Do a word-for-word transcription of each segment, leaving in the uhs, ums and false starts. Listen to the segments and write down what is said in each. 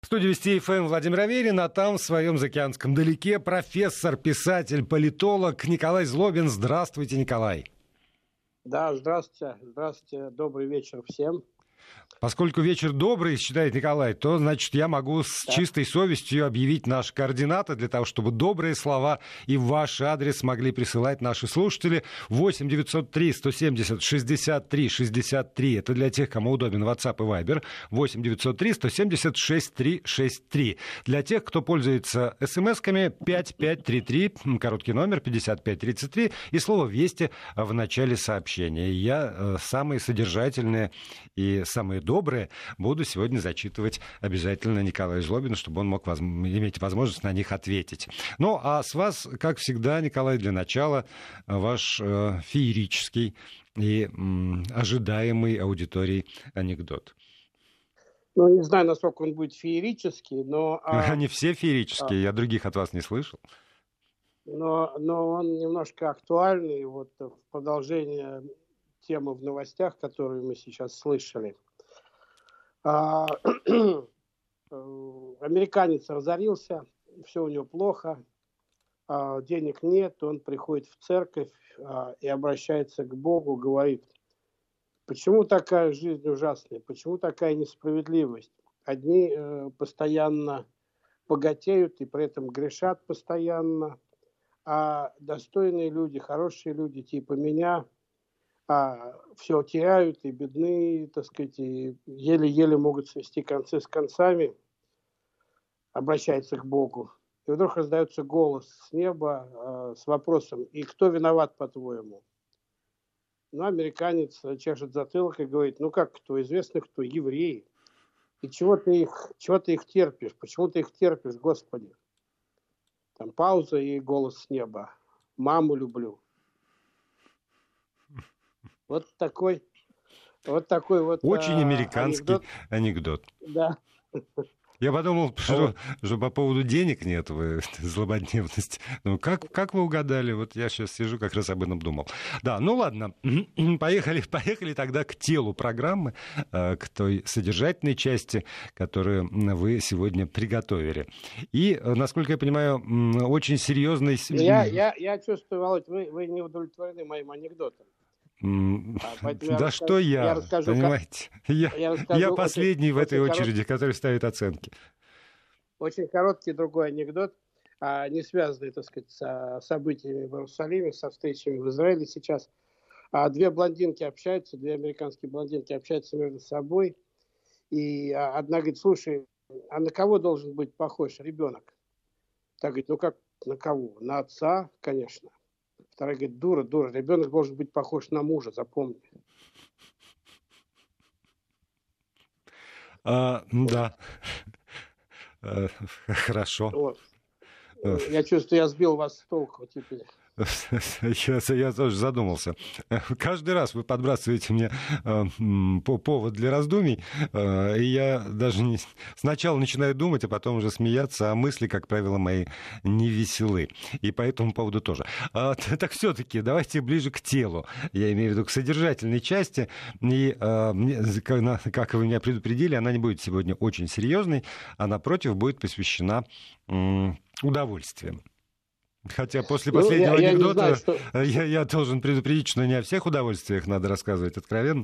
В студии Вести эф эм Владимир Аверин, а там в своем заокеанском далеке профессор, писатель, политолог Николай Злобин. Здравствуйте, Николай. Да, здравствуйте, здравствуйте, добрый вечер всем. Поскольку вечер добрый, считает Николай, то, значит, я могу с Да. чистой совестью объявить наши координаты для того, чтобы добрые слова и в ваш адрес могли присылать наши слушатели. восемь девятьсот три сто семьдесят шестьдесят три шестьдесят три. Это для тех, кому удобен WhatsApp и Viber. восемь девятьсот три сто семьдесят шестьдесят три шестьдесят три. Для тех, кто пользуется смс-ками, пять пять три три, короткий номер пятьдесят пять тридцать три и слово «Вести» в начале сообщения. Я э, самые содержательные и самые добрые буду сегодня зачитывать обязательно Николаю Злобину, чтобы он мог воз... иметь возможность на них ответить. Ну, а с вас, как всегда, Николай, для начала ваш э, феерический и м, ожидаемый аудиторией анекдот. Ну, не знаю, насколько он будет феерический, но... А, Они все феерические, а, я других от вас не слышал. но, но он немножко актуальный, вот в продолжение темы в новостях, которую мы сейчас слышали. А, американец разорился, все у него плохо, а, денег нет, он приходит в церковь а, и обращается к Богу, говорит: почему такая жизнь ужасная, почему такая несправедливость? Одни э, постоянно богатеют и при этом грешат постоянно, а достойные люди, хорошие люди типа меня а, все теряют и бедны, так сказать, и еле-еле могут свести концы с концами, обращается к Богу. И вдруг раздается голос с неба э, с вопросом: и кто виноват, по-твоему? Ну, американец чешет затылок и говорит: ну как кто? Известно кто, евреи. И чего ты их, чего ты их терпишь? Почему ты их терпишь, Господи? Там пауза и голос с неба: маму люблю. Вот такой, вот такой вот Очень а, американский анекдот. анекдот. Да. Я подумал, что, Вот. что по поводу денег нет, вы, злободневность. Ну, как, как вы угадали? Вот я сейчас сижу, как раз об этом думал. Да, ну ладно, поехали, поехали тогда к телу программы, к той содержательной части, которую вы сегодня приготовили. И, насколько я понимаю, очень серьезный... Я, я, я чувствую, Володь, вы, вы не удовлетворены моим анекдотом. А, да расскажу, что я, я расскажу, понимаете? Я, я, расскажу я последний очень, в этой очень очереди, короткий, который ставит оценки. Очень короткий другой анекдот, а, не связанный, так сказать, с событиями в Иерусалиме, со встречами в Израиле сейчас. А, две блондинки общаются, две американские блондинки общаются между собой. И а, одна говорит: слушай, а на кого должен быть похож ребенок? Так говорит: ну как на кого? На отца, конечно. Вторая говорит: дура, дура, ребенок должен быть похож на мужа, запомни. А, да. Хорошо. Вот. Я чувствую, я сбил вас с толку теперь. Я, я тоже задумался. Каждый раз вы подбрасываете мне э, по повод для раздумий, э, и я даже не, сначала начинаю думать, а потом уже смеяться, а мысли, как правило, мои не веселы. И по этому поводу тоже. А, так все-таки давайте ближе к телу. Я имею в виду к содержательной части. И, э, мне, как вы меня предупредили, она не будет сегодня очень серьезной, а напротив будет посвящена э, удовольствиям. Хотя после последнего ну, я, анекдота я, знаю, что... я, я должен предупредить, что не о всех удовольствиях надо рассказывать откровенно.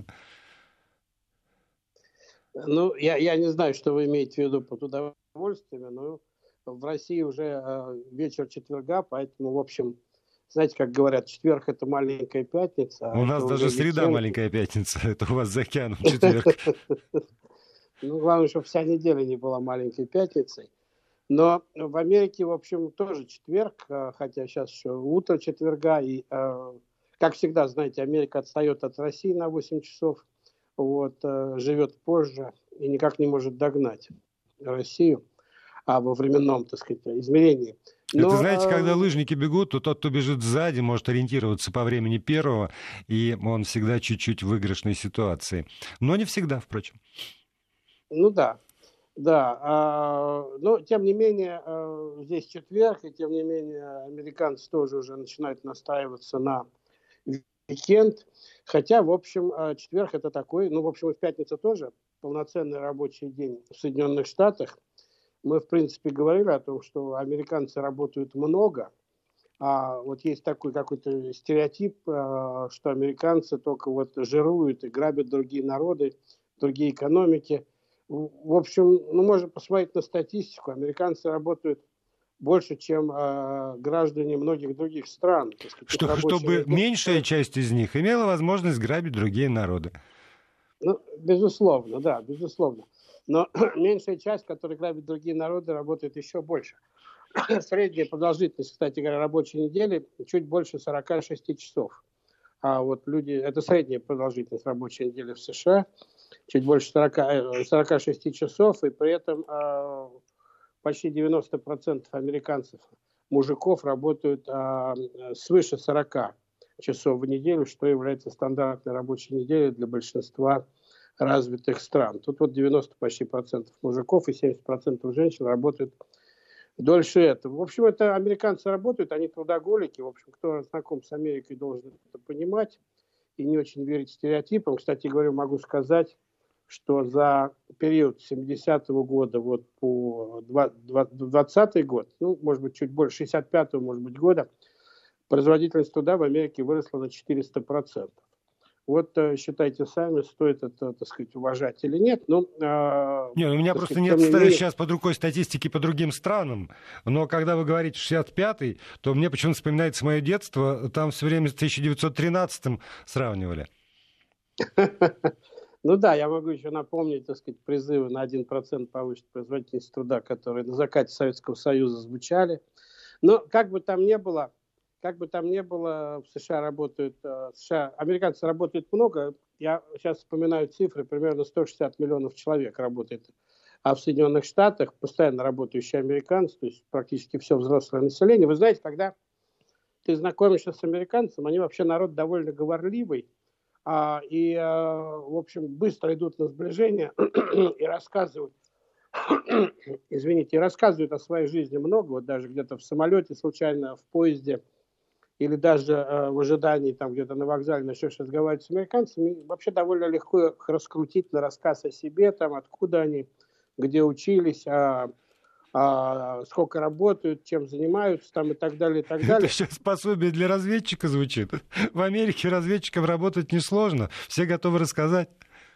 Ну, я, я не знаю, что вы имеете в виду под удовольствиями, но в России уже э, вечер четверга, поэтому, в общем, знаете, как говорят, четверг — это маленькая пятница. У нас даже среда маленькая пятница, это у вас за океаном четверг. Ну, главное, чтобы вся неделя не была маленькой пятницей. Но в Америке, в общем, тоже четверг, хотя сейчас еще утро четверга. И, как всегда, знаете, Америка отстает от России на восемь часов, вот, живет позже и никак не может догнать Россию а во временном, так сказать, измерении. Но, это, знаете, когда лыжники бегут, то тот, кто бежит сзади, может ориентироваться по времени первого, и он всегда чуть-чуть в выигрышной ситуации. Но не всегда, впрочем. Ну да. Да, а, но тем не менее а, здесь четверг, и тем не менее американцы тоже уже начинают настраиваться на уикенд, хотя, в общем, четверг — это такой, ну, в общем, и в пятницу тоже полноценный рабочий день в Соединенных Штатах, мы, в принципе, говорили о том, что американцы работают много, а вот есть такой какой-то стереотип, что американцы только вот жируют и грабят другие народы, другие экономики. В общем, ну, можно посмотреть на статистику. Американцы работают больше, чем э, граждане многих других стран. Что, чтобы недель... меньшая часть из них имела возможность грабить другие народы. Ну, безусловно, да, безусловно. Но меньшая часть, которая грабит другие народы, работает еще больше. Средняя продолжительность, кстати говоря, рабочей недели чуть больше сорок шесть часов. А вот люди, это средняя продолжительность рабочей недели в США, чуть больше сорок шесть часов, и при этом э, почти девяносто процентов американцев, мужиков, работают э, свыше сорок часов в неделю, что является стандартной рабочей неделей для большинства развитых стран. Тут вот девяносто почти процентов мужиков и семьдесят процентов женщин работают дольше этого. В общем, это американцы работают, они трудоголики. В общем, кто знаком с Америкой, должен это понимать и не очень верить стереотипам. Кстати говоря, могу сказать, что за период с семидесятого года вот по двадцатый год, ну, может быть, чуть больше, шестьдесят пятого, может быть, года, производительность труда в Америке выросла на четыреста процентов. Вот считайте сами, стоит это, так сказать, уважать или нет. Но, э, нет, у меня просто сказать, нет менее... сейчас под рукой статистики по другим странам, но когда вы говорите шестьдесят пятый, то мне почему-то вспоминается мое детство, там все время с тысяча девятьсот тринадцатым сравнивали. Ну да, я могу еще напомнить, так сказать, призывы на один процент повысить производительность труда, которые на закате Советского Союза звучали. Но как бы там ни было, Как бы там ни было, в США работают, США, американцы работают много. Я сейчас вспоминаю цифры, примерно сто шестьдесят миллионов человек работает. А в Соединенных Штатах постоянно работающие американцы, то есть практически все взрослое население. Вы знаете, когда ты знакомишься с американцем, они вообще народ довольно говорливый. А, и, а, в общем, быстро идут на сближение и рассказывают, извините, и рассказывают о своей жизни много. Вот даже где-то в самолете случайно, в поезде, или даже э, в ожидании там где-то на вокзале начнешь разговаривать с американцами, вообще довольно легко их раскрутить на рассказ о себе, там, откуда они, где учились, а, а, сколько работают, чем занимаются там, и так далее, и так далее. Это сейчас пособие для разведчика звучит. В Америке разведчикам работать несложно, все готовы рассказать.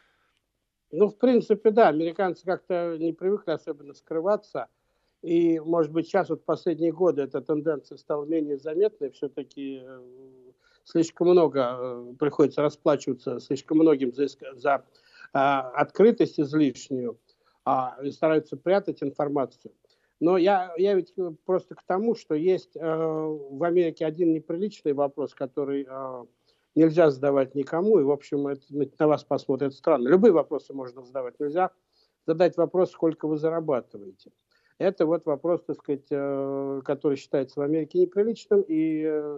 Ну, в принципе, да, американцы как-то не привыкли особенно скрываться. И, может быть, сейчас вот в последние годы эта тенденция стала менее заметной. Все-таки слишком много приходится расплачиваться слишком многим за, за а, открытость излишнюю, а, и стараются прятать информацию. Но я, я ведь просто к тому, что есть а, в Америке один неприличный вопрос, который а, нельзя задавать никому, и, в общем, это, на вас посмотрят странно. Любые вопросы можно задавать. Нельзя задать вопрос, сколько вы зарабатываете. Это вот вопрос, так сказать, который считается в Америке неприличным, и,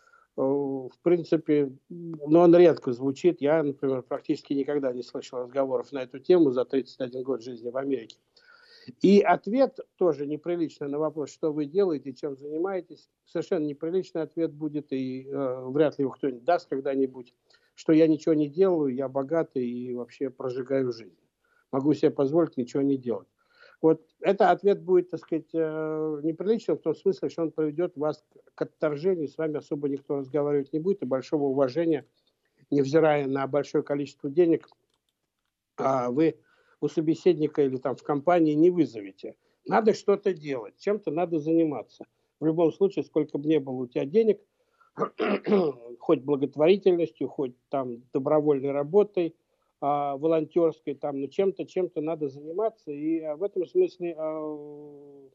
в принципе, но он редко звучит. Я, например, практически никогда не слышал разговоров на эту тему за тридцать один год жизни в Америке. И ответ тоже неприличный на вопрос, что вы делаете, чем занимаетесь. Совершенно неприличный ответ будет, и э, вряд ли его кто-нибудь даст когда-нибудь, что я ничего не делаю, я богатый и вообще прожигаю жизнь. Могу себе позволить ничего не делать. Вот этот ответ будет, так сказать, неприличным в том смысле, что он приведет вас к отторжению, с вами особо никто разговаривать не будет, и большого уважения, невзирая на большое количество денег, вы у собеседника или там в компании не вызовете. Надо что-то делать, чем-то надо заниматься. В любом случае, сколько бы ни было у тебя денег, хоть благотворительностью, хоть там добровольной работой, волонтерской, там, ну, чем-то, чем-то надо заниматься, и в этом смысле, в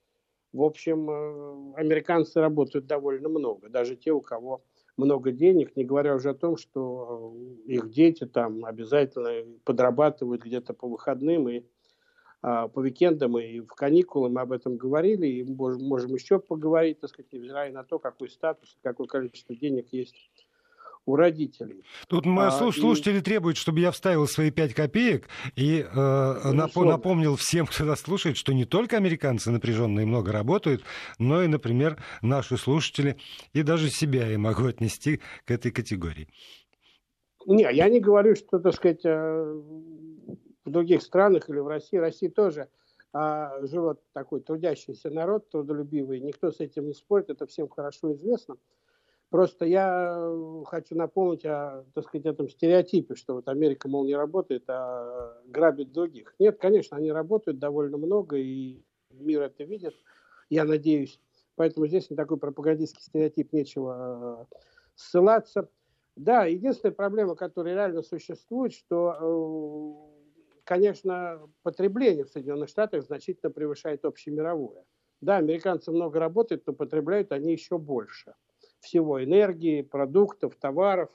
общем, американцы работают довольно много, даже те, у кого много денег, не говоря уже о том, что их дети там обязательно подрабатывают где-то по выходным и по уикендам, и в каникулы мы об этом говорили, и можем, можем еще поговорить, так сказать, невзирая на то, какой статус, какое количество денег есть у родителей. Тут мои а, слушатели и... требуют, чтобы я вставил свои пять копеек и э, нап- напомнил всем, кто нас слушает, что не только американцы напряженно и много работают, но и, например, наши слушатели, и даже себя я могу отнести к этой категории. Не, я не говорю, что, так сказать, в других странах или в России. Россия тоже а, живет такой трудящийся народ, трудолюбивый. Никто с этим не спорит, это всем хорошо известно. Просто я хочу напомнить о, так сказать, этом стереотипе, что вот Америка, мол, не работает, а грабит других. Нет, конечно, они работают довольно много, и мир это видит, я надеюсь. Поэтому здесь на такой пропагандистский стереотип нечего ссылаться. Да, единственная проблема, которая реально существует, что, конечно, потребление в Соединенных Штатах значительно превышает общемировое. Да, американцы много работают, но потребляют они еще больше всего: энергии, продуктов, товаров.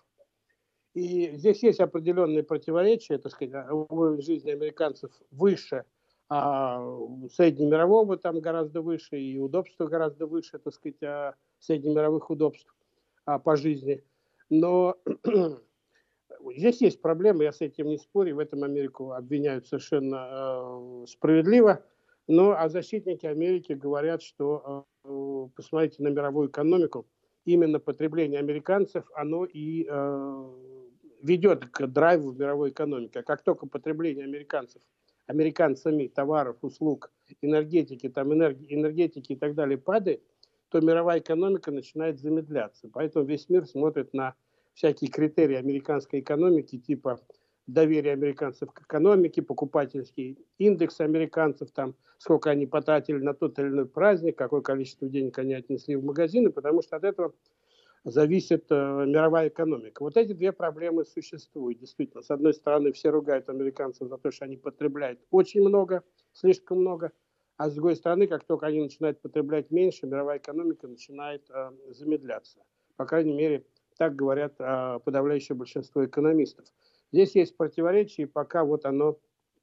И здесь есть определенные противоречия, так сказать, уровень жизни американцев выше, а среднемирового там гораздо выше, и удобства гораздо выше, так сказать, а среднемировых удобств а, по жизни. Но здесь есть проблемы, я с этим не спорю, в этом Америку обвиняют совершенно э, справедливо. Но а защитники Америки говорят, что э, посмотрите на мировую экономику, именно потребление американцев, оно и э, ведет к драйву в мировой экономике. А как только потребление американцев, американцами товаров, услуг, энергетики, там, энерги, энергетики и так далее падает, то мировая экономика начинает замедляться. Поэтому весь мир смотрит на всякие критерии американской экономики, типа доверие американцев к экономике, покупательский индекс американцев, там, сколько они потратили на тот или иной праздник, какое количество денег они отнесли в магазины, потому что от этого зависит э, мировая экономика. Вот эти две проблемы существуют, действительно. С одной стороны, все ругают американцев за то, что они потребляют очень много, слишком много, а с другой стороны, как только они начинают потреблять меньше, мировая экономика начинает э, замедляться. По крайней мере, так говорят э, подавляющее большинство экономистов. Здесь есть противоречие, и пока вот оно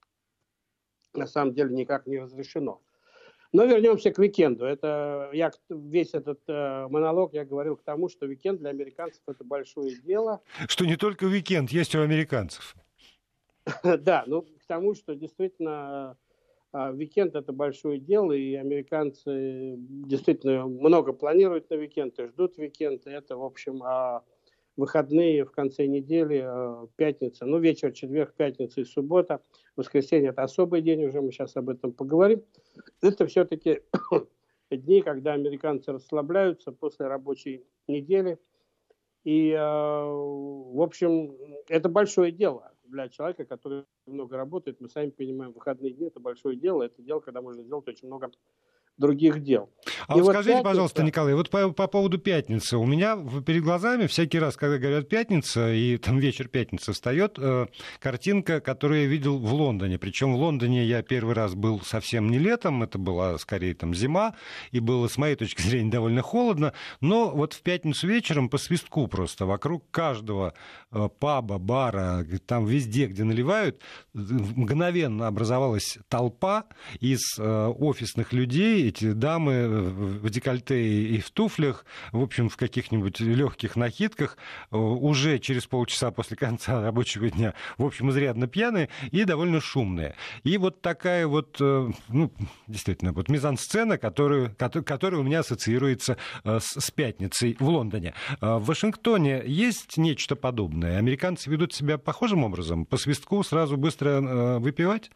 на самом деле никак не разрешено. Но вернемся к уикенду. Это я весь этот э, монолог я говорил к тому, что уикенд для американцев это большое дело. Что не только уикенд есть у американцев. Да, ну к тому, что действительно э, уикенд это большое дело, и американцы действительно много планируют на уикенд и ждут уикенд. И это, в общем, э, выходные в конце недели, э, пятница, ну вечер, четверг, пятница и суббота. Воскресенье это особый день, уже мы сейчас об этом поговорим. Это все-таки дни, когда американцы расслабляются после рабочей недели. И, э, в общем, это большое дело для человека, который много работает. Мы сами понимаем, выходные дни это большое дело. Это дело, когда можно сделать очень много других дел. А вот скажите, пятница... пожалуйста, Николай, вот по, по поводу пятницы. У меня перед глазами всякий раз, когда говорят пятница, и там вечер пятницы, встает э, картинка, которую я видел в Лондоне. Причем в Лондоне я первый раз был совсем не летом, это была скорее там зима, и было, с моей точки зрения, довольно холодно. Но вот в пятницу вечером по свистку просто вокруг каждого э, паба, бара, там везде, где наливают, мгновенно образовалась толпа из э, офисных людей. Эти дамы в декольте и в туфлях, в общем, в каких-нибудь легких накидках, уже через полчаса после конца рабочего дня, в общем, изрядно пьяные и довольно шумные. И вот такая вот, ну, действительно, вот мизансцена, которая, которая у меня ассоциируется с, с пятницей в Лондоне. В Вашингтоне есть нечто подобное? Американцы ведут себя похожим образом? По свистку сразу быстро выпивать?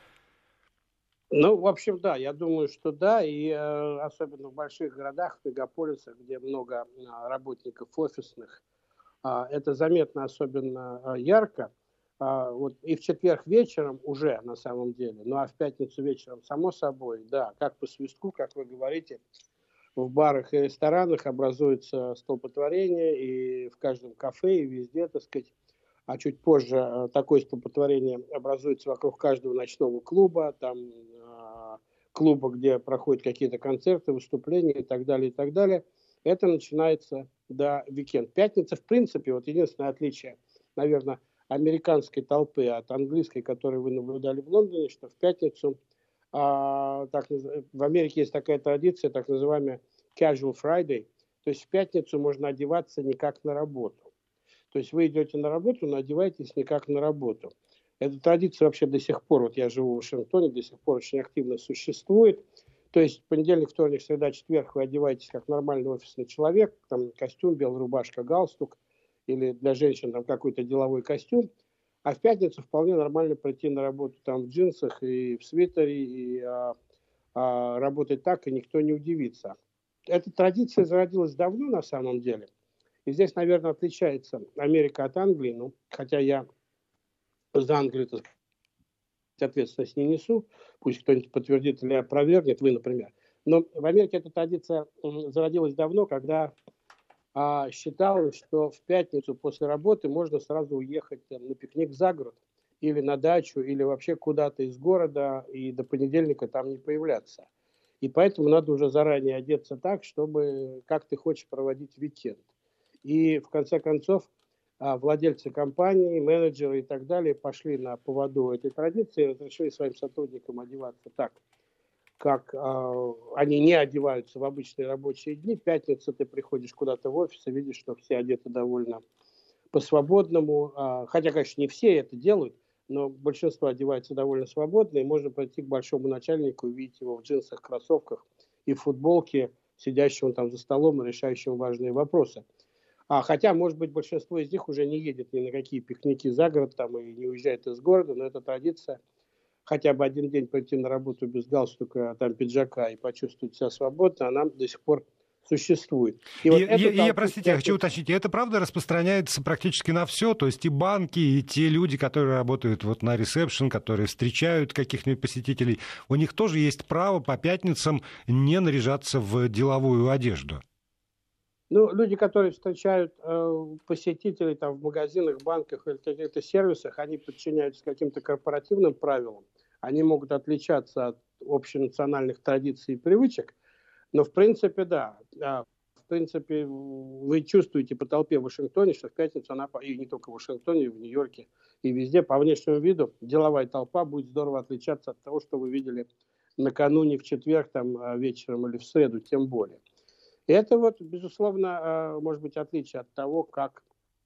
Ну, в общем, да, я думаю, что да, и э, особенно в больших городах, в мегаполисах, где много э, работников офисных, э, это заметно особенно э, ярко. Э, вот и в четверг вечером уже, на самом деле, ну а в пятницу вечером, само собой, да, как по свистку, как вы говорите, в барах и ресторанах образуется столпотворение, и в каждом кафе, и везде, так сказать. А чуть позже такое столпотворение образуется вокруг каждого ночного клуба, там э, клуба, где проходят какие-то концерты, выступления и так далее, и так далее. Это начинается, да, уикенд. Пятница, в принципе, вот единственное отличие, наверное, американской толпы от английской, которую вы наблюдали в Лондоне, что в пятницу, э, так, в Америке есть такая традиция, так называемая casual Friday, то есть в пятницу можно одеваться не как на работу. То есть вы идете на работу, но одеваетесь не как на работу. Эта традиция вообще до сих пор, вот я живу в Вашингтоне, до сих пор очень активно существует. То есть понедельник, вторник, среда, четверг вы одеваетесь как нормальный офисный человек, там костюм, белая рубашка, галстук, или для женщин там какой-то деловой костюм. А в пятницу вполне нормально прийти на работу там в джинсах и в свитере, и а, а, работать так, и никто не удивится. Эта традиция зародилась давно на самом деле. И здесь, наверное, отличается Америка от Англии, ну, хотя я за Англию, так сказать, ответственность не несу, пусть кто-нибудь подтвердит или опровергнет, вы, например. Но в Америке эта традиция зародилась давно, когда а, считалось, что в пятницу после работы можно сразу уехать там, на пикник за город, или на дачу, или вообще куда-то из города, и до понедельника там не появляться. И поэтому надо уже заранее одеться так, чтобы как ты хочешь проводить уикенд. И в конце концов владельцы компаний, менеджеры и так далее пошли на поводу этой традиции и разрешили своим сотрудникам одеваться так, как э, они не одеваются в обычные рабочие дни. В пятницу ты приходишь куда-то в офис и видишь, что все одеты довольно по-свободному. Э, хотя, конечно, не все это делают, но большинство одевается довольно свободно, и можно пойти к большому начальнику и увидеть его в джинсах, кроссовках и в футболке, сидящего там за столом и решающего важные вопросы. А, хотя, может быть, большинство из них уже не едет ни на какие пикники за город там, и не уезжает из города, но эта традиция хотя бы один день пойти на работу без галстука, там, пиджака и почувствовать себя свободно, она до сих пор существует. И, и, вот и, и я, простите, я хочу уточнить, это правда распространяется практически на все, то есть и банки, и те люди, которые работают вот на ресепшн, которые встречают каких-нибудь посетителей, у них тоже есть право по пятницам не наряжаться в деловую одежду. Ну, люди, которые встречают э, посетителей там, в магазинах, банках или каких-то сервисах, они подчиняются каким-то корпоративным правилам. Они могут отличаться от общенациональных традиций и привычек. Но, в принципе, да. да. В принципе, вы чувствуете по толпе в Вашингтоне, что в пятницу она, и не только в Вашингтоне, и в Нью-Йорке, и везде, по внешнему виду, деловая толпа будет здорово отличаться от того, что вы видели накануне в четверг там, вечером или в среду, тем более. И это вот, безусловно, может быть отличие от того, как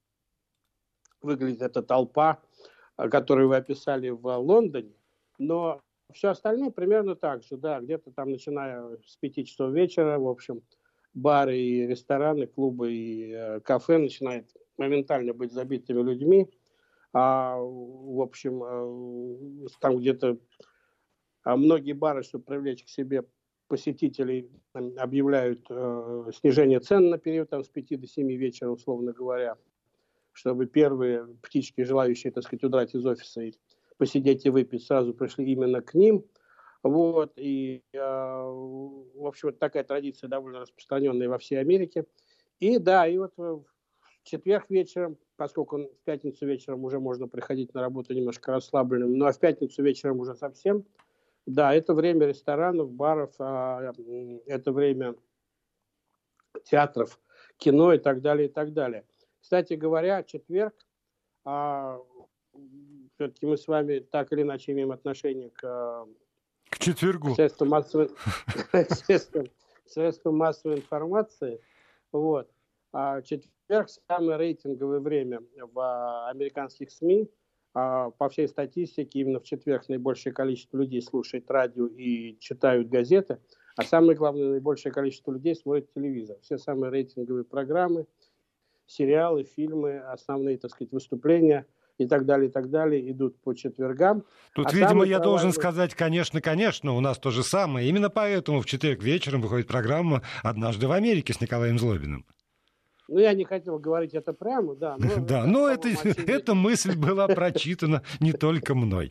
выглядит эта толпа, которую вы описали в Лондоне. Но все остальное примерно так же, да, где-то там, начиная с пяти часов вечера, в общем, бары и рестораны, клубы и кафе начинают моментально быть забитыми людьми. А, в общем, там где-то многие бары, чтобы привлечь к себе посетителей, объявляют э, снижение цен на период там, с пяти до семи вечера, условно говоря, чтобы первые птички, желающие, так сказать, удрать из офиса и посидеть и выпить, сразу пришли именно к ним. Вот. И, э, в общем, вот такая традиция довольно распространенная во всей Америке. И да, и вот в четверг вечером, поскольку в пятницу вечером уже можно приходить на работу немножко расслабленным, ну а в пятницу вечером уже совсем. Да, это время ресторанов, баров, это время театров, кино и так далее, и так далее. Кстати говоря, четверг, все-таки мы с вами так или иначе имеем отношение к, к четвергу, к средствам массовой, средствам массовой информации. Вот. А четверг самое рейтинговое время в американских СМИ. По всей статистике, именно в четверг наибольшее количество людей слушает радио и читают газеты, а самое главное, наибольшее количество людей смотрит телевизор. Все самые рейтинговые программы, сериалы, фильмы, основные, так сказать, выступления и так далее, и так далее идут по четвергам. Тут, а видимо, я провальный... должен сказать, конечно, конечно, у нас то же самое. Именно поэтому в четверг вечером выходит программа «Однажды в Америке» с Николаем Злобиным. Ну, я не хотел говорить это прямо, да. Но да, это, но это, эта мысль была прочитана не только мной.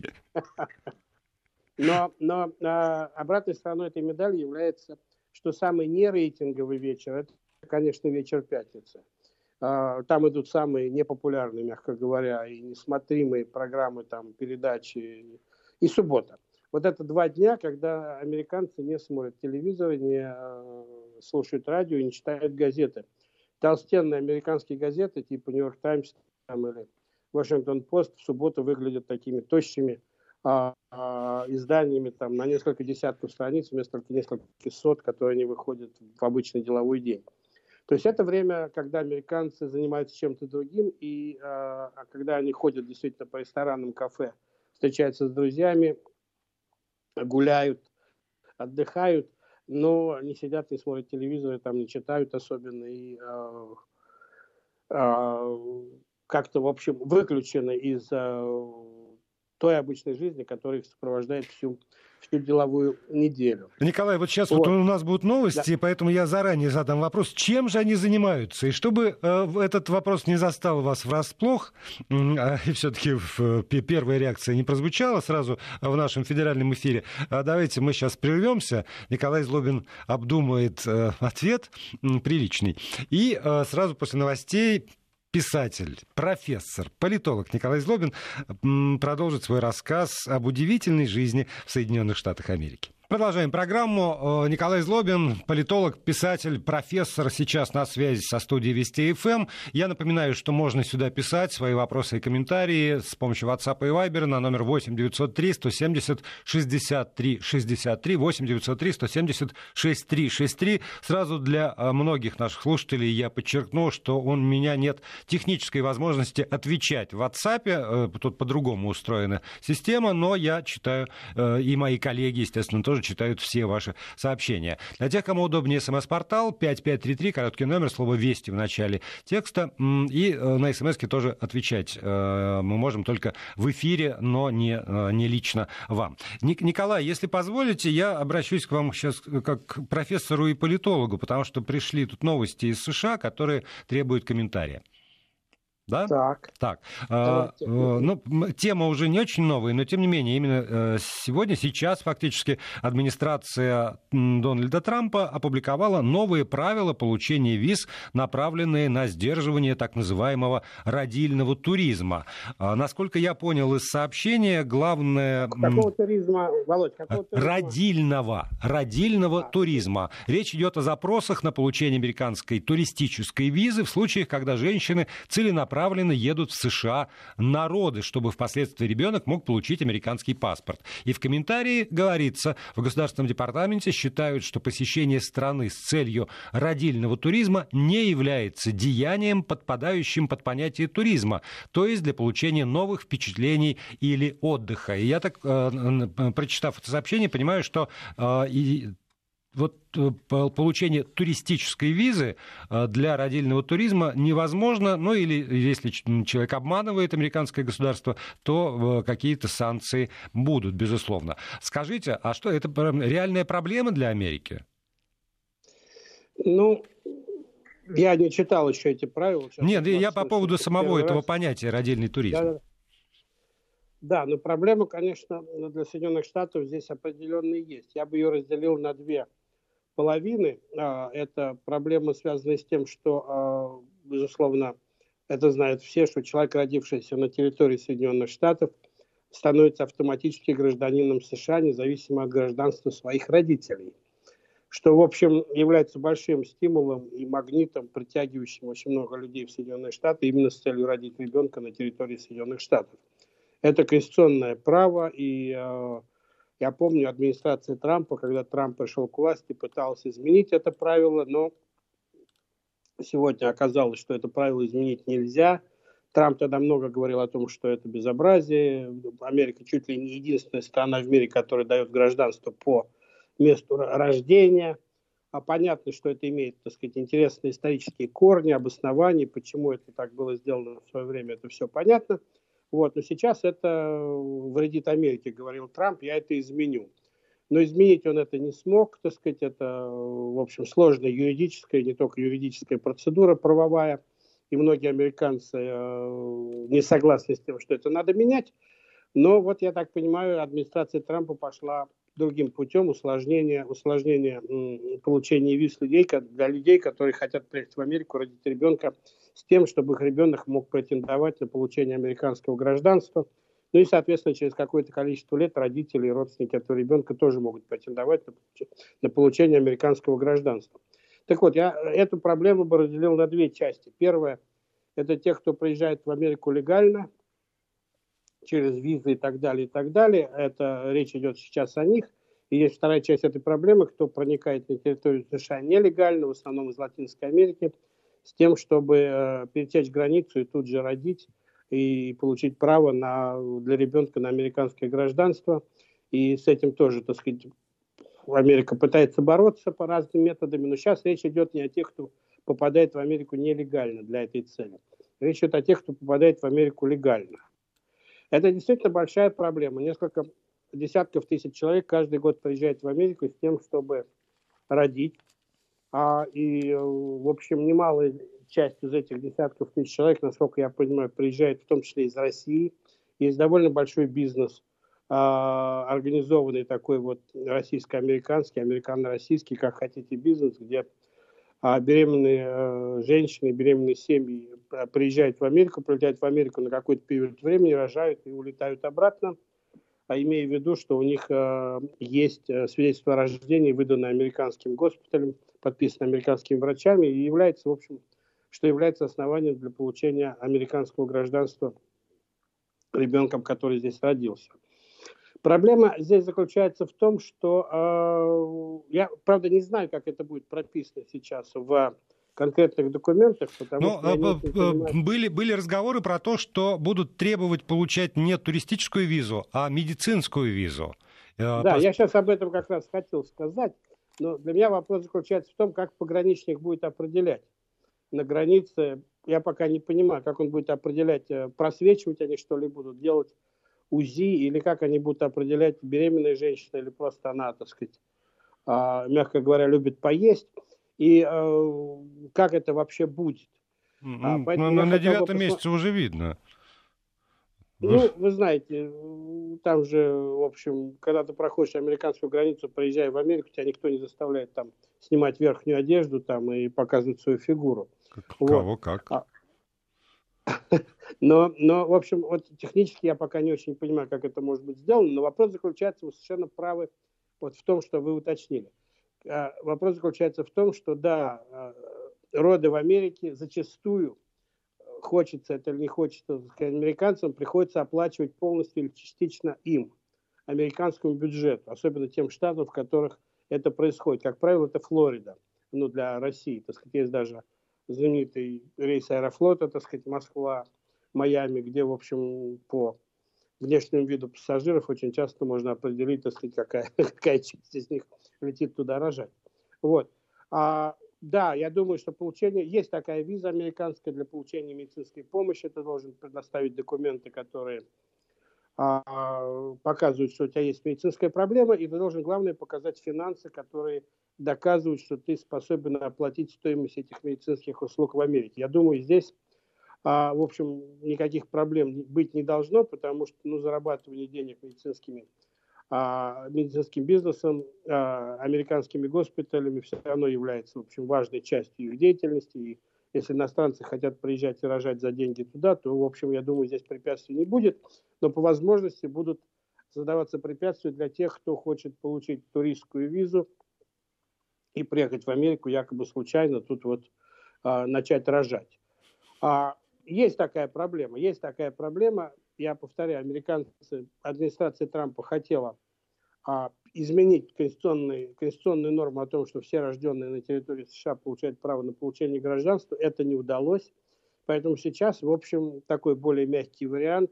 Но, но а, обратной стороной этой медали является, что самый нерейтинговый вечер, это, конечно, вечер пятницы. А, там идут самые непопулярные, мягко говоря, и несмотримые программы, там, передачи, и суббота. Вот это два дня, когда американцы не смотрят телевизор, не а, слушают радио и не читают газеты. Толстенные американские газеты, типа «Нью-Йорк Таймс» там, или «Вашингтон Пост» в субботу выглядят такими тощими а, а, изданиями там, на несколько десятков страниц вместо нескольких сот, которые не выходят в обычный деловой день. То есть это время, когда американцы занимаются чем-то другим, и а, а когда они ходят действительно по ресторанам, кафе, встречаются с друзьями, гуляют, отдыхают, но не сидят, не смотрят телевизор, там не читают особенно, и э, э, как-то, в общем, выключены из э, той обычной жизни, которая их сопровождает всю, всю деловую неделю. Николай, вот сейчас вот. Вот у нас будут новости, да. Поэтому я заранее задам вопрос, чем же они занимаются? И чтобы э, этот вопрос не застал вас врасплох, э, и все-таки э, первая реакция не прозвучала сразу в нашем федеральном эфире, э, давайте мы сейчас прервемся. Николай Злобин обдумает э, ответ э, приличный. И э, сразу после новостей писатель, профессор, политолог Николай Злобин продолжит свой рассказ об удивительной жизни в Соединенных Штатах Америки. Продолжаем программу. Николай Злобин, политолог, писатель, профессор, сейчас на связи со студией Вести эф эм. Я напоминаю, что можно сюда писать свои вопросы и комментарии с помощью WhatsApp и Viber на номер восемь девятьсот три сто семьдесят шестьдесят три шестьдесят три, восемь девятьсот три сто семьдесят шестьдесят три шестьдесят три. Сразу для многих наших слушателей я подчеркну, что у меня нет технической возможности отвечать в WhatsApp. Тут по-другому устроена система, но я читаю, и мои коллеги, естественно, тоже читают все ваши сообщения. Для тех, кому удобнее, смс-портал пять пять три три, короткий номер, слово «Вести» в начале текста. И на смс-ки тоже отвечать мы можем только в эфире, но не, не лично вам. Николай, если позволите, я обращусь к вам сейчас как к профессору и политологу, потому что пришли тут новости из США, которые требуют комментария. Да? Так. Так. А, ну, тема уже не очень новая, но тем не менее, именно сегодня, сейчас фактически администрация Дональда Трампа опубликовала новые правила получения виз, направленные на сдерживание так называемого родильного туризма. А, насколько я понял из сообщения, главное... Какого туризма, Володь? Какого туризма? Родильного. Родильного а. туризма. Речь идет о запросах на получение американской туристической визы в случаях, когда женщины целенаправленно направленно едут в США на роды, чтобы впоследствии ребенок мог получить американский паспорт. И в комментарии говорится, в Государственном департаменте считают, что посещение страны с целью родильного туризма не является деянием, подпадающим под понятие туризма, то есть для получения новых впечатлений или отдыха. И я так, прочитав это сообщение, понимаю, что и вот получение туристической визы для родильного туризма невозможно, ну или если человек обманывает американское государство, то какие-то санкции будут, безусловно. Скажите, а что, это реальная проблема для Америки? Ну, я не читал еще эти правила. Сейчас Нет, я по поводу самого этого раз. понятия родильный туризм. Да, да, но проблема, конечно, для Соединенных Штатов здесь определенная есть. Я бы ее разделил на две половины. Это проблема, связанная с тем, что, безусловно, это знают все, что человек, родившийся на территории Соединенных Штатов, становится автоматически гражданином США, независимо от гражданства своих родителей. Что, в общем, является большим стимулом и магнитом, притягивающим очень много людей в Соединенные Штаты именно с целью родить ребенка на территории Соединенных Штатов. Это конституционное право, и я помню администрацию Трампа, когда Трамп пришел к власти, пытался изменить это правило, но сегодня оказалось, что это правило изменить нельзя. Трамп тогда много говорил о том, что это безобразие. Америка чуть ли не единственная страна в мире, которая дает гражданство по месту рождения. А понятно, что это имеет, так сказать, интересные исторические корни, обоснования, почему это так было сделано в свое время, это все понятно. Вот, но сейчас это вредит Америке, говорил Трамп, я это изменю. Но изменить он это не смог, так сказать, это, в общем, сложная юридическая, не только юридическая процедура правовая, и многие американцы э, не согласны с тем, что это надо менять. Но вот, я так понимаю, администрация Трампа пошла другим путем усложнения, усложнения м, получения виз людей, для людей, которые хотят приехать в Америку, родить ребенка, с тем, чтобы их ребенок мог претендовать на получение американского гражданства. Ну и, соответственно, через какое-то количество лет родители и родственники этого ребенка тоже могут претендовать на, на получение американского гражданства. Так вот, я эту проблему бы разделил на две части. Первая – это те, кто приезжает в Америку легально, через визы и так далее, и так далее. Это речь идет сейчас о них. И есть вторая часть этой проблемы, кто проникает на территорию США нелегально, в основном из Латинской Америки, с тем, чтобы э, пересечь границу и тут же родить и получить право на, для ребенка на американское гражданство. И с этим тоже, так сказать, Америка пытается бороться по разным методам. Но сейчас речь идет не о тех, кто попадает в Америку нелегально для этой цели. Речь идет о тех, кто попадает в Америку легально. Это действительно большая проблема. Несколько десятков тысяч человек каждый год приезжает в Америку с тем, чтобы родить. А, и, в общем, немалая часть из этих десятков тысяч человек, насколько я понимаю, приезжает в том числе из России. Есть довольно большой бизнес, а, организованный такой вот российско-американский, американо-российский, как хотите, бизнес, где а, беременные а, женщины, беременные семьи приезжают в Америку, прилетают в Америку на какой-то период времени, рожают и улетают обратно, а имея в виду, что у них а, есть свидетельство о рождении, выданное американским госпиталем, подписано американскими врачами, и является, в общем, что является основанием для получения американского гражданства ребенком, который здесь родился. Проблема здесь заключается в том, что э, я, правда, не знаю, как это будет прописано сейчас в конкретных документах, потому Но, что я не э, очень понимаю. были, были разговоры про то, что будут требовать получать не туристическую визу, а медицинскую визу. Да, Пос... я сейчас об этом как раз хотел сказать, но для меня вопрос заключается в том, как пограничник будет определять на границе. Я пока не понимаю, как он будет определять, просвечивать они что ли будут, делать УЗИ, или как они будут определять, беременная женщина или просто она, так сказать, мягко говоря, любит поесть. И э, как это вообще будет. А, ну, на девятом месяце посмотри... уже видно. Ну, вы знаете, там же, в общем, когда ты проходишь американскую границу, приезжая в Америку, тебя никто не заставляет там снимать верхнюю одежду там и показывать свою фигуру. Кого вот. Как? Но, но, в общем, вот технически я пока не очень понимаю, как это может быть сделано, но вопрос заключается, вы совершенно правы вот в том, что вы уточнили. Вопрос заключается в том, что, да, роды в Америке зачастую, хочется это или не хочется, так сказать, американцам, приходится оплачивать полностью или частично им, американскому бюджету, особенно тем штатам, в которых это происходит. Как правило, это Флорида, ну, для России, так сказать, есть даже знаменитый рейс Аэрофлота, так сказать, Москва, Майами, где, в общем, по внешнему виду пассажиров очень часто можно определить, так сказать, какая, какая часть из них летит туда рожать. Вот. А, да, я думаю, что получение... Есть такая виза американская для получения медицинской помощи. Ты должен предоставить документы, которые а, показывают, что у тебя есть медицинская проблема, и ты должен, главное, показать финансы, которые доказывают, что ты способен оплатить стоимость этих медицинских услуг в Америке. Я думаю, здесь, а, в общем, никаких проблем быть не должно, потому что, ну, зарабатывание денег медицинскими А, медицинским бизнесом, а, американскими госпиталями все равно является, в общем, важной частью их деятельности. И если иностранцы хотят приезжать и рожать за деньги туда, то, в общем, я думаю, здесь препятствий не будет. Но по возможности будут задаваться препятствия для тех, кто хочет получить туристскую визу и приехать в Америку якобы случайно тут вот а, начать рожать. А, есть такая проблема, есть такая проблема. Я повторяю, американцы, администрация Трампа хотела а, изменить конституционные, конституционные нормы о том, что все рожденные на территории США получают право на получение гражданства. Это не удалось. Поэтому сейчас, в общем, такой более мягкий вариант,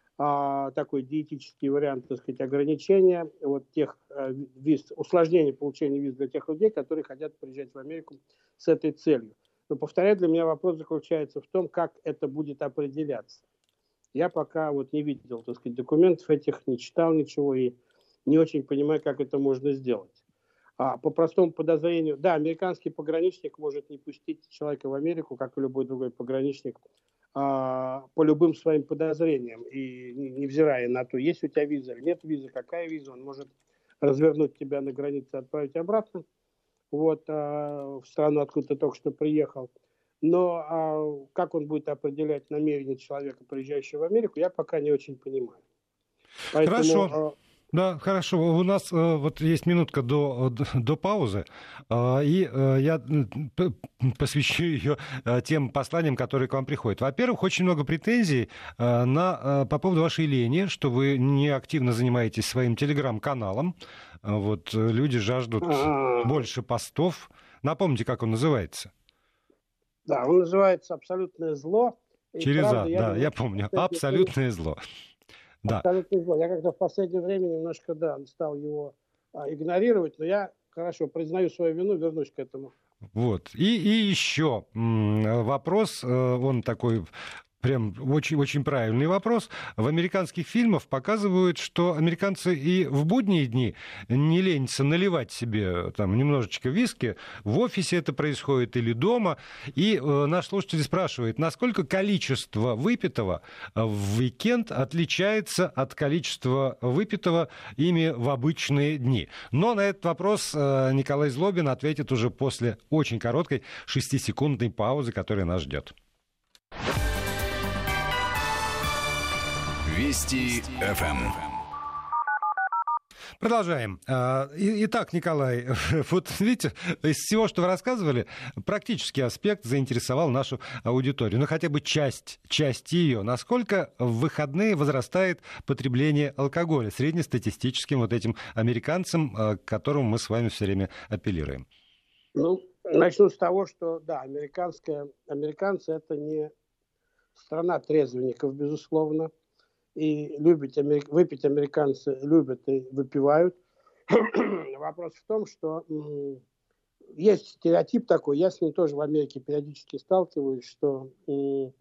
а, такой диетический вариант, так сказать, ограничения вот тех а, виз, усложнения получения виз для тех людей, которые хотят приезжать в Америку с этой целью. Но, повторяю, для меня вопрос заключается в том, как это будет определяться. Я пока вот не видел, так сказать, документов этих, не читал ничего и не очень понимаю, как это можно сделать. А по простому подозрению, да, американский пограничник может не пустить человека в Америку, как и любой другой пограничник, а, по любым своим подозрениям. И невзирая на то, есть у тебя виза или нет визы, какая виза, он может развернуть тебя на границе и отправить обратно вот, а, в страну, откуда ты только что приехал. Но а, как он будет определять намерение человека, приезжающего в Америку, я пока не очень понимаю. Поэтому, хорошо. А... Да, хорошо. У нас а, вот есть минутка до, до, до паузы, а, и а, я посвящу ее а, тем посланиям, которые к вам приходят. Во-первых, очень много претензий а, на, а, по поводу вашей лени, что вы не активно занимаетесь своим телеграм-каналом. А, вот люди жаждут А-а-а. больше постов. Напомните, как он называется. Да, он называется «Абсолютное зло». И Через правда, А, я да, думаю, я помню. «Абсолютное зло». Абсолютное да. зло. Я как-то в последнее время немножко, да, стал его а, игнорировать, но я, хорошо, признаю свою вину, вернусь к этому. Вот. И, и еще вопрос, он такой Прям очень-очень правильный вопрос. В американских фильмах показывают, что американцы и в будние дни не ленятся наливать себе там немножечко виски. В офисе это происходит или дома. И э, наш слушатель спрашивает, насколько количество выпитого в уикенд отличается от количества выпитого ими в обычные дни. Но на этот вопрос э, Николай Злобин ответит уже после очень короткой шестисекундной паузы, которая нас ждет. Вести эф эм. Продолжаем. Итак, Николай, вот видите, из всего, что вы рассказывали, практический аспект заинтересовал нашу аудиторию. Ну, хотя бы часть, часть ее. Насколько в выходные возрастает потребление алкоголя среднестатистическим вот этим американцам, к которым мы с вами все время апеллируем? Ну, начну с того, что, да, американская, американцы — это не страна трезвенников, безусловно. И любить, выпить американцы любят и выпивают. Вопрос в том, что м, есть стереотип такой, я с ним тоже в Америке периодически сталкиваюсь, что м,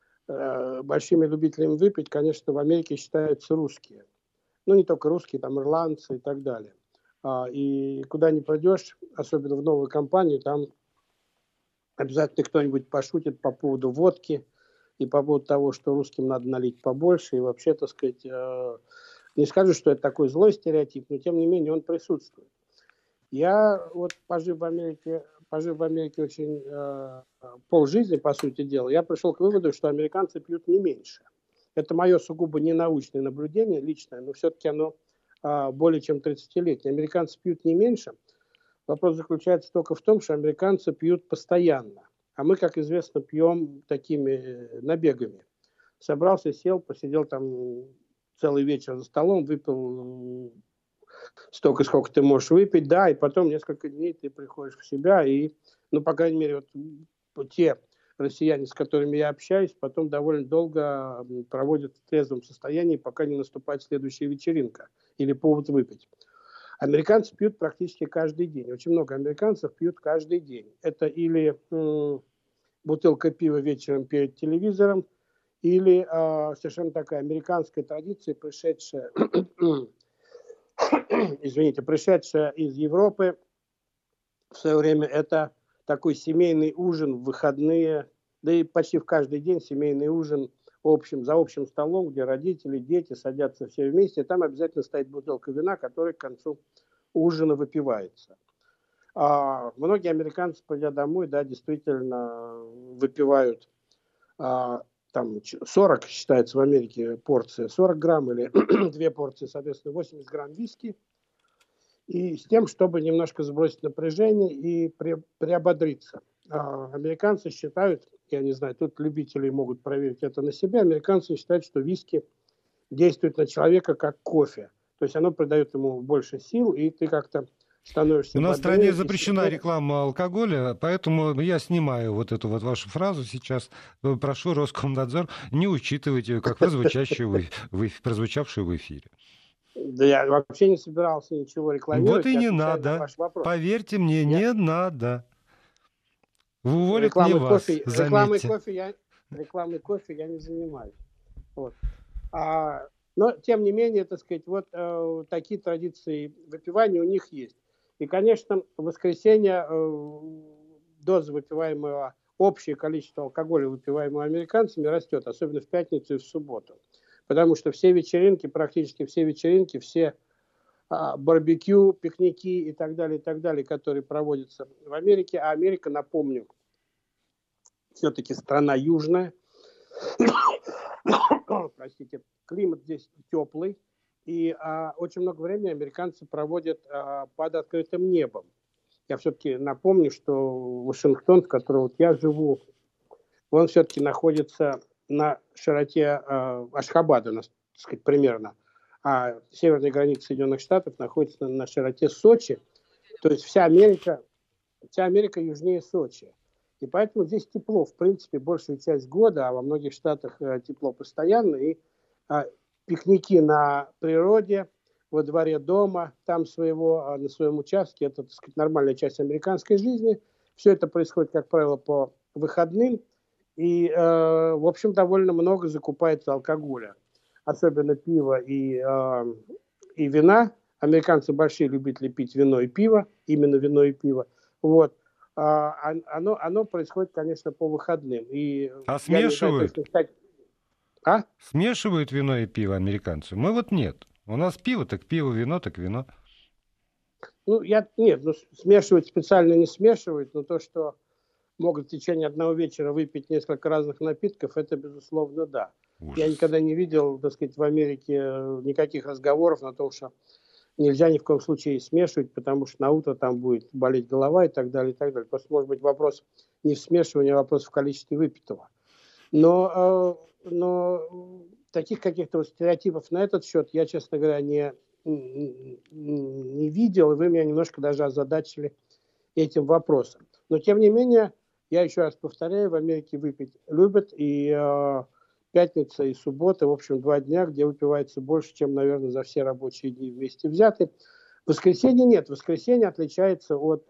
э, большими любителями выпить, конечно, в Америке считаются русские. Ну, не только русские, там ирландцы и так далее. А, и куда ни пойдешь, особенно в новую компанию, там обязательно кто-нибудь пошутит по поводу водки, и по поводу того, что русским надо налить побольше, и вообще, так сказать, э, не скажу, что это такой злой стереотип, но тем не менее он присутствует. Я вот, пожив в Америке, пожив в Америке очень э, полжизни, по сути дела, я пришел к выводу, что американцы пьют не меньше. Это мое сугубо ненаучное наблюдение личное, но все-таки оно э, более чем тридцатилетнее. Американцы пьют не меньше. Вопрос заключается только в том, что американцы пьют постоянно. А мы, как известно, пьем такими набегами. Собрался, сел, посидел там целый вечер за столом, выпил столько, сколько ты можешь выпить, да, и потом несколько дней ты приходишь в себя, и, ну, по крайней мере, вот те россияне, с которыми я общаюсь, потом довольно долго проводят в трезвом состоянии, пока не наступает следующая вечеринка или повод выпить. Американцы пьют практически каждый день. Очень много американцев пьют каждый день. Это или м, бутылка пива вечером перед телевизором, или э, совершенно такая американская традиция, пришедшая, извините, пришедшая из Европы в свое время, это такой семейный ужин в выходные, да и почти в каждый день семейный ужин общим, за общим столом, где родители, дети садятся все вместе, там обязательно стоит бутылка вина, которая к концу ужина выпивается. А многие американцы, придя домой, да, действительно выпивают а, там сорок, считается в Америке порция, сорок грамм или две порции, соответственно, восемьдесят грамм виски. И с тем, чтобы немножко сбросить напряжение и при, приободриться. А, американцы считают, я не знаю, тут любители могут проверить это на себе, американцы считают, что виски действует на человека как кофе. То есть оно придает ему больше сил, и ты как-то становишься... У нас в стране запрещена реклама алкоголя, поэтому я снимаю вот эту вот вашу фразу сейчас. Прошу Роскомнадзор не учитывать ее как прозвучавшую в эфире. Да я вообще не собирался ничего рекламировать. Вот и не надо. Поверьте мне, я... не надо. Уволят не вас, кофе, рекламой кофе я рекламой кофе я не занимаюсь. Вот. А, но, тем не менее, так сказать, вот э, такие традиции выпивания у них есть. И, конечно, в воскресенье э, доза выпиваемого, общее количество алкоголя, выпиваемого американцами, растет, особенно в пятницу и в субботу. Потому что все вечеринки, практически все вечеринки, все а, барбекю, пикники и так далее, и так далее, которые проводятся в Америке. А Америка, напомню, все-таки страна южная. Простите, климат здесь теплый. И а, очень много времени американцы проводят а, под открытым небом. Я все-таки напомню, что Вашингтон, в котором вот я живу, он все-таки находится на широте э, Ашхабада, так сказать, примерно. А северная граница Соединенных Штатов находится на, на широте Сочи. То есть вся Америка, вся Америка южнее Сочи. И поэтому здесь тепло, в принципе, большую часть года, а во многих штатах э, тепло постоянно. И э, пикники на природе, во дворе дома, там своего, э, на своем участке, это, так сказать, нормальная часть американской жизни. Все это происходит, как правило, по выходным. И, э, в общем, довольно много закупается алкоголя, особенно пива и, э, и вина. Американцы большие любители пить вино и пиво, именно вино и пиво. Вот. А, оно, оно происходит, конечно, по выходным. И А я не знаю смешивают? точно сказать. А? Смешивают вино и пиво американцы? Мы вот нет. У нас пиво так пиво, вино так вино. Ну, я, нет, ну, смешивать специально не смешивают, но то, что могут в течение одного вечера выпить несколько разных напитков, это, безусловно, да. Ужас. Я никогда не видел, так сказать, в Америке никаких разговоров на том, что нельзя ни в коем случае смешивать, потому что на утро там будет болеть голова и так далее, и так далее. Просто, может быть, вопрос не в смешивании, а вопрос в количестве выпитого. Но, но таких каких-то стереотипов на этот счет я, честно говоря, не, не видел, и вы меня немножко даже озадачили этим вопросом. Но, тем не менее, я еще раз повторяю, в Америке выпить любят, и э, пятница и суббота, в общем, два дня, где выпивается больше, чем, наверное, за все рабочие дни вместе взяты. Воскресенье нет. Воскресенье отличается от,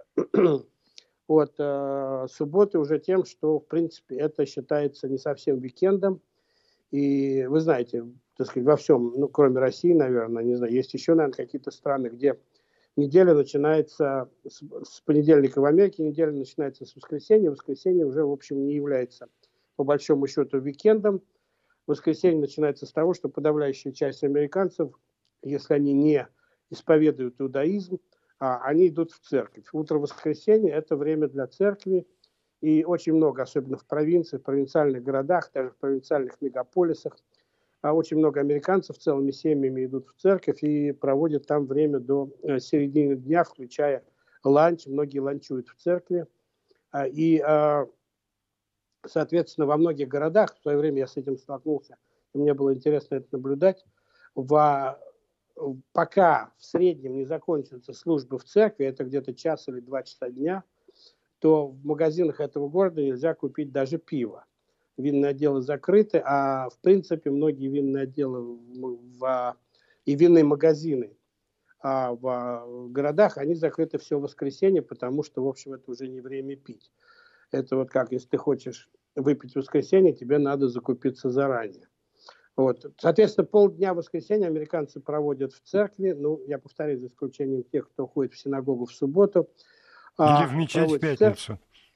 от э, субботы уже тем, что, в принципе, это считается не совсем уикендом. И вы знаете, так сказать, во всем, ну, кроме России, наверное, не знаю, есть еще, наверное, какие-то страны, где неделя начинается с, с понедельника в Америке, неделя начинается с воскресенья. Воскресенье уже, в общем, не является, по большому счету, уикендом. Воскресенье начинается с того, что подавляющая часть американцев, если они не исповедуют иудаизм, а, они идут в церковь. Утро воскресенья – это время для церкви. И очень много, особенно в провинции, в провинциальных городах, даже в провинциальных мегаполисах, а очень много американцев целыми семьями идут в церковь и проводят там время до э, середины дня, включая ланч. Многие ланчуют в церкви. А, и, а, соответственно, во многих городах, в свое время я с этим столкнулся, и мне было интересно это наблюдать, в, пока в среднем не закончатся службы в церкви, это где-то час или два часа дня, то в магазинах этого города нельзя купить даже пиво. Винные отделы закрыты, а в принципе многие винные отделы в, в, и винные магазины а в городах, они закрыты все воскресенье, потому что, в общем, это уже не время пить. Это вот как, если ты хочешь выпить в воскресенье, тебе надо закупиться заранее. Вот. Соответственно, полдня в воскресенье американцы проводят в церкви, ну, я повторяю, за исключением тех, кто ходит в синагогу в субботу. Или в мечеть в пятницу.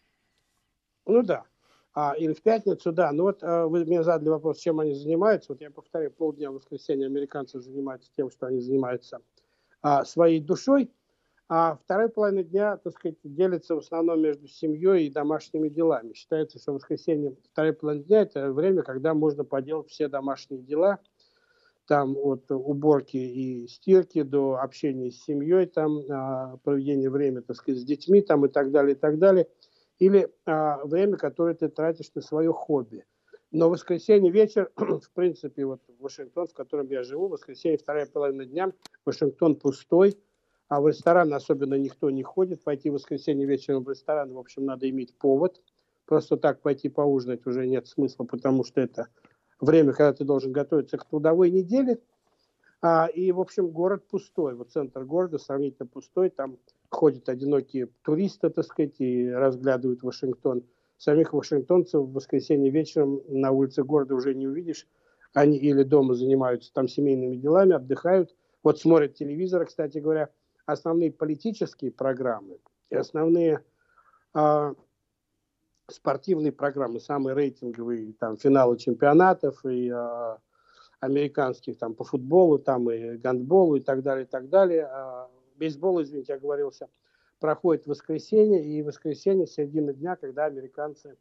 В ну да. А, или в пятницу, да. Ну вот а, вы мне задали вопрос, чем они занимаются. Вот я повторяю, полдня в воскресенье американцы занимаются тем, что они занимаются а, своей душой. А вторая половина дня, так сказать, делится в основном между семьей и домашними делами. Считается, что воскресенье, вторая половина дня – это время, когда можно поделать все домашние дела. Там от уборки и стирки до общения с семьей, там, а, проведения времени, так сказать, с детьми там, и так далее, и так далее. Или а, время, которое ты тратишь на свое хобби. Но в воскресенье вечер, в принципе, вот Вашингтон, в котором я живу, в воскресенье вторая половина дня, Вашингтон пустой, а в ресторан особенно никто не ходит. Пойти в воскресенье вечером в ресторан, в общем, надо иметь повод. Просто так пойти поужинать уже нет смысла, потому что это время, когда ты должен готовиться к трудовой неделе. А, и, в общем, город пустой. Вот центр города сравнительно пустой. Там ходят одинокие туристы, так сказать, и разглядывают Вашингтон. Самих вашингтонцев в воскресенье вечером на улице города уже не увидишь. Они или дома занимаются там семейными делами, отдыхают. Вот смотрят телевизор, кстати говоря. Основные политические программы и основные а, спортивные программы, самые рейтинговые, там, финалы чемпионатов и а, американских там по футболу, там и гандболу и так далее, и так далее. А, бейсбол, извините, я оговорился, проходит в воскресенье, и в воскресенье, середина дня, когда американцы,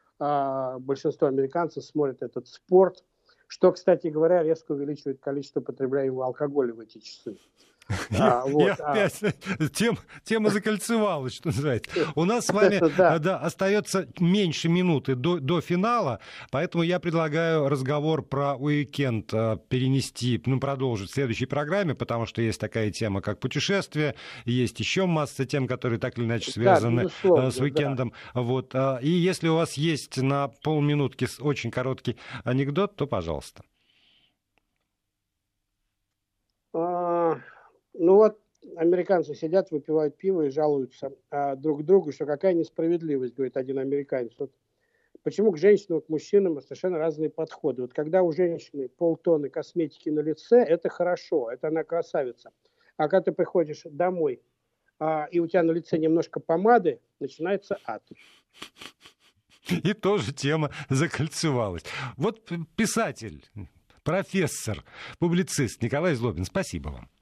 а, большинство американцев смотрят этот спорт, что, кстати говоря, резко увеличивает количество потребляемого алкоголя в эти часы. Я, а, вот, я опять а... тем, тема закольцевалась, что называется. У нас с вами да. Да, остается меньше минуты до, до финала, поэтому я предлагаю разговор про уикенд перенести, ну, продолжить в следующей программе, потому что есть такая тема, как путешествие, есть еще масса тем, которые так или иначе связаны да, с уикендом. Да. Вот. И если у вас есть на полминутки очень короткий анекдот, то пожалуйста. Ну вот, американцы сидят, выпивают пиво и жалуются а, друг другу, что какая несправедливость, говорит один американец. Вот почему к женщинам, к мужчинам совершенно разные подходы. Вот когда у женщины полтонны косметики на лице, это хорошо, это она красавица. А когда ты приходишь домой, а, и у тебя на лице немножко помады, начинается ад. И тоже тема закольцевалась. Вот писатель, профессор, публицист Николай Злобин, спасибо вам.